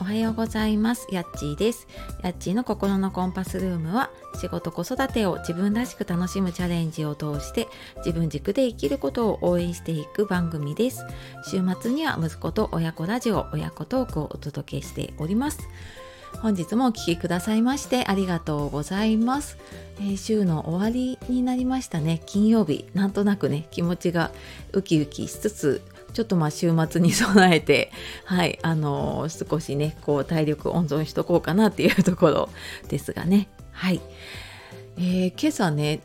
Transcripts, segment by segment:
はようございます。やっちーです。やっちーの心のコンパスルームは、仕事子育てを自分らしく楽しむチャレンジを通して自分軸で生きることを応援していく番組です。週末には息子と親子ラジオ、親子トークをお届けしております。本日もお聞きくださいましてありがとうございます。週の終わりになりましたね。金曜日、なんとなくね、気持ちがウキウキしつつ、ちょっと週末に備えて、はい、少しね、体力温存しとこうかなっていうところですがね。はい。今朝ね、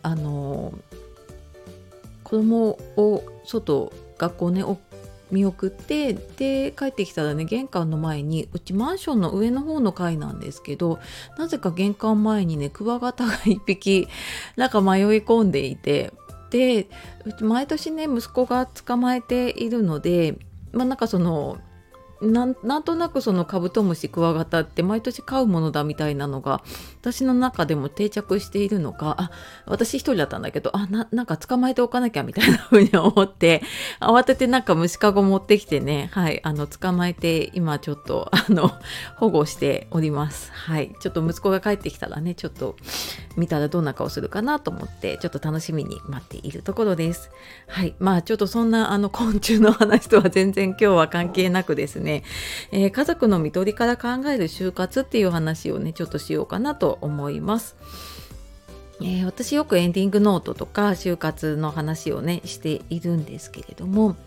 子供を学校ね、見送って、で帰ってきたらね、玄関の前に、うちマンションの上の方の階なんですけど、なぜか玄関前にね、クワガタが一匹迷い込んでいて、でうち毎年ね、息子が捕まえているので、なんとなくそのカブトムシクワガタって毎年飼うものだみたいなのが私の中でも定着しているのか、私一人だったんだけど、なんか捕まえておかなきゃみたいな風に思って慌てて虫かご持ってきてね、はい、捕まえて今ちょっと保護しております。はい、ちょっと息子が帰ってきたらね、ちょっと見たらどんな顔するかなと思ってちょっと楽しみに待っているところです。はい、ちょっとそんな昆虫の話とは全然今日は関係なくですね、家族の看取りから考える就活っていう話をね、ちょっとしようかなと思います。私よくエンディングノートとか就活の話をねしているんですけれども、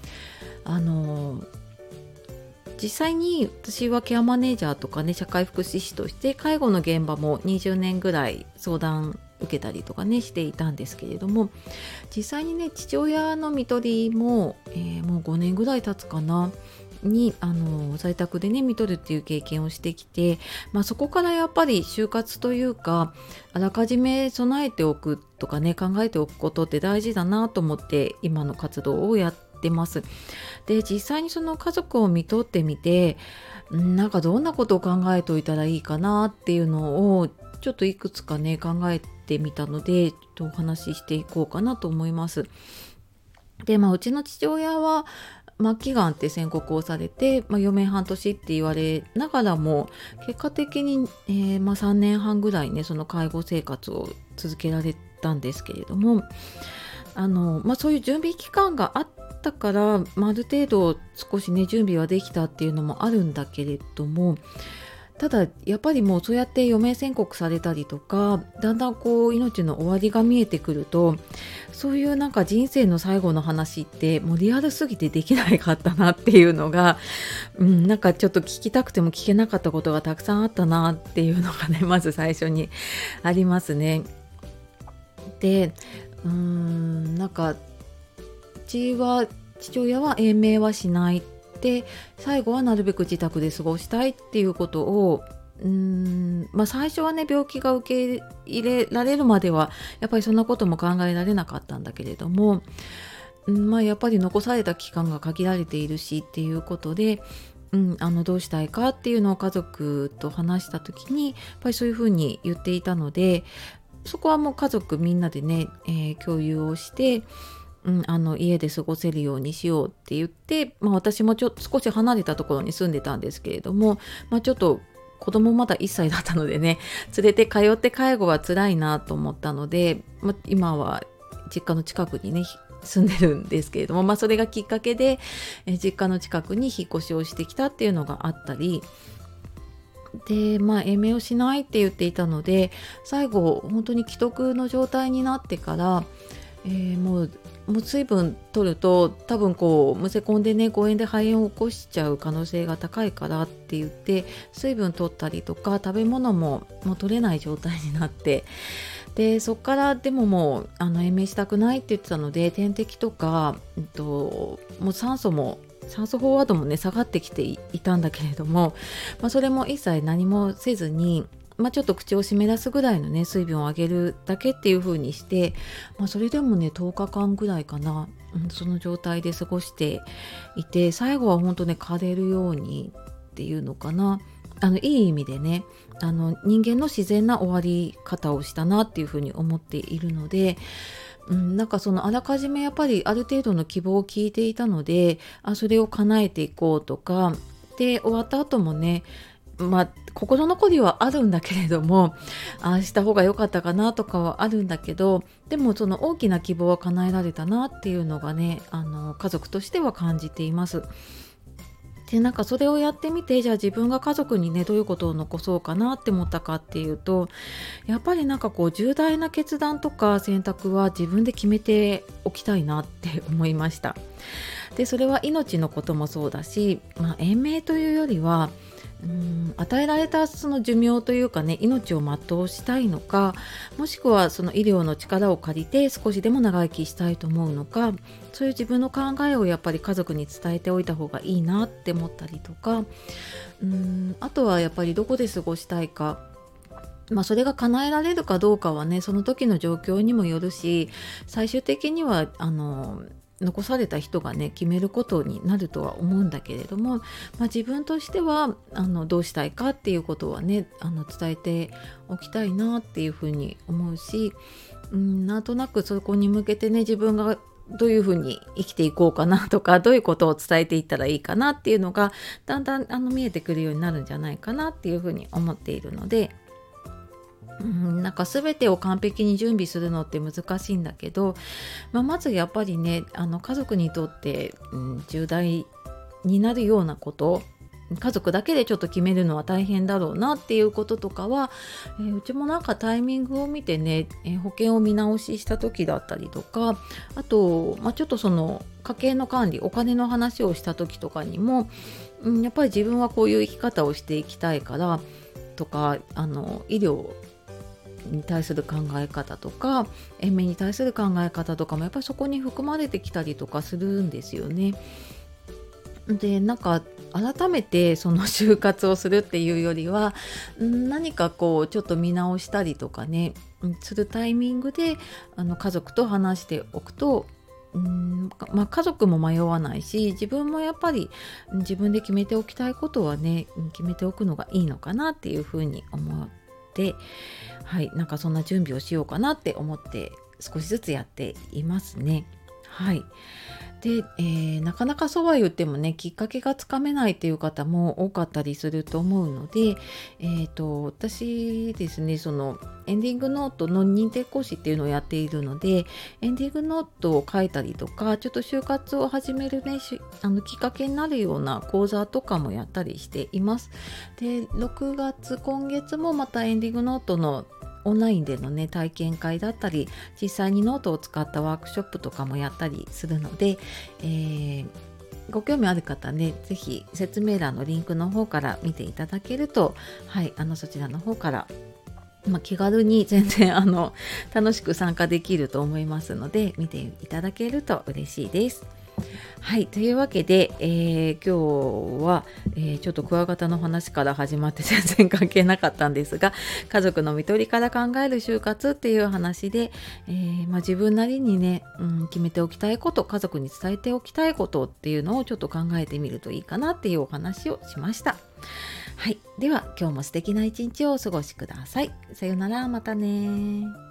実際に私はケアマネージャーとかね、社会福祉士として介護の現場も20年ぐらい相談受けたりとかねしていたんですけれども、実際にね、父親の看取りも、もう5年ぐらい経つかなに在宅でね看取るっていう経験をしてきて、そこからやっぱり就活というか、あらかじめ備えておくとかね、考えておくことって大事だなと思って今の活動をやってます。で、実際にその家族を看取ってみて、どんなことを考えておいたらいいかなっていうのをちょっといくつかね考えてみたので、ちょっとお話ししていこうかなと思います。で、うちの父親は末期がんって宣告をされて、余命半年って言われながらも結果的に、3年半ぐらいねその介護生活を続けられたんですけれども、そういう準備期間があったから、ある程度少しね準備はできたっていうのもあるんだけれども、ただやっぱりもうそうやって余命宣告されたりとか、だんだん命の終わりが見えてくると、そういう人生の最後の話ってもうリアルすぎてできなかったなっていうのが、ちょっと聞きたくても聞けなかったことがたくさんあったなっていうのがね、まず最初にありますね。で、父親は延命はしないで、最後はなるべく自宅で過ごしたいっていうことを最初はね、病気が受け入れられるまではやっぱりそんなことも考えられなかったんだけれども、やっぱり残された期間が限られているしっていうことで、どうしたいかっていうのを家族と話した時にやっぱりそういうふうに言っていたので、そこはもう家族みんなでね、共有をして、家で過ごせるようにしようって言って、私も少し離れたところに住んでたんですけれども、ちょっと子供まだ1歳だったのでね、連れて通って介護は辛いなと思ったので、今は実家の近くにね住んでるんですけれども、それがきっかけで、実家の近くに引っ越しをしてきたっていうのがあったりで、延命をしないって言っていたので、最後本当に危篤の状態になってから、もう水分取ると多分むせ込んでね、誤嚥で肺炎を起こしちゃう可能性が高いからって言って、水分取ったりとか食べ物もう取れない状態になって、でそっからでももう延命したくないって言ってたので、点滴とか、もう酸素飽和度もね下がってきていたんだけれども、それも一切何もせずに、ちょっと口を湿らすぐらいのね水分をあげるだけっていう風にして、それでもね10日間ぐらいかな、その状態で過ごしていて、最後は本当ね枯れるようにっていうのかな、いい意味でね、人間の自然な終わり方をしたなっていう風に思っているので、そのあらかじめやっぱりある程度の希望を聞いていたので、それを叶えていこうとかで、終わった後もね、 心残りはあるんだけれども、ああした方が良かったかなとかはあるんだけど、でもその大きな希望は叶えられたなっていうのがね、家族としては感じています。でなんかそれをやってみて、じゃあ自分が家族にねどういうことを残そうかなって思ったかっていうと、やっぱりなんかこう重大な決断とか選択は自分で決めておきたいなって思いました。でそれは命のこともそうだし、延命というよりは与えられたその寿命というかね、命を全うしたいのか、もしくはその医療の力を借りて少しでも長生きしたいと思うのか、そういう自分の考えをやっぱり家族に伝えておいた方がいいなって思ったりとか、あとはやっぱりどこで過ごしたいか、それが叶えられるかどうかはね、その時の状況にもよるし、最終的には残された人がね決めることになるとは思うんだけれども、自分としてはどうしたいかっていうことはね伝えておきたいなっていうふうに思うし、なんとなくそこに向けてね、自分がどういうふうに生きていこうかなとか、どういうことを伝えていったらいいかなっていうのがだんだん見えてくるようになるんじゃないかなっていうふうに思っているので、なんか全てを完璧に準備するのって難しいんだけど、まずやっぱりね家族にとって、重大になるようなこと、家族だけでちょっと決めるのは大変だろうなっていうこととかは、うちもなんかタイミングを見てね、保険を見直しした時だったりとか、あと、ちょっとその家計の管理、お金の話をした時とかにも、やっぱり自分はこういう生き方をしていきたいからとか、医療に対する考え方とか延命に対する考え方とかもやっぱりそこに含まれてきたりとかするんですよね。でなんか改めてその就活をするっていうよりは、何かこうちょっと見直したりとかね、するタイミングで家族と話しておくと、家族も迷わないし、自分もやっぱり自分で決めておきたいことはね決めておくのがいいのかなっていうふうに思って、なんかそんな準備をしようかなって思って少しずつやっていますね。で、なかなかそうは言ってもねきっかけがつかめないっていう方も多かったりすると思うので、私ですね、そのエンディングノートの認定講師っていうのをやっているので、エンディングノートを書いたりとか、ちょっと就活を始めるねきっかけになるような講座とかもやったりしています。で6月今月もまたエンディングノートのオンラインでのね体験会だったり、実際にノートを使ったワークショップとかもやったりするので、ご興味ある方ね、ぜひ説明欄のリンクの方から見ていただけると、そちらの方から気軽に全然楽しく参加できると思いますので、見ていただけると嬉しいです。というわけで、今日は、ちょっとクワガタの話から始まって全然関係なかったんですが、家族の看取りから考える就活っていう話で、自分なりにね、決めておきたいこと、家族に伝えておきたいことっていうのをちょっと考えてみるといいかなっていうお話をしました。では今日も素敵な一日をお過ごしください。さようなら、またね。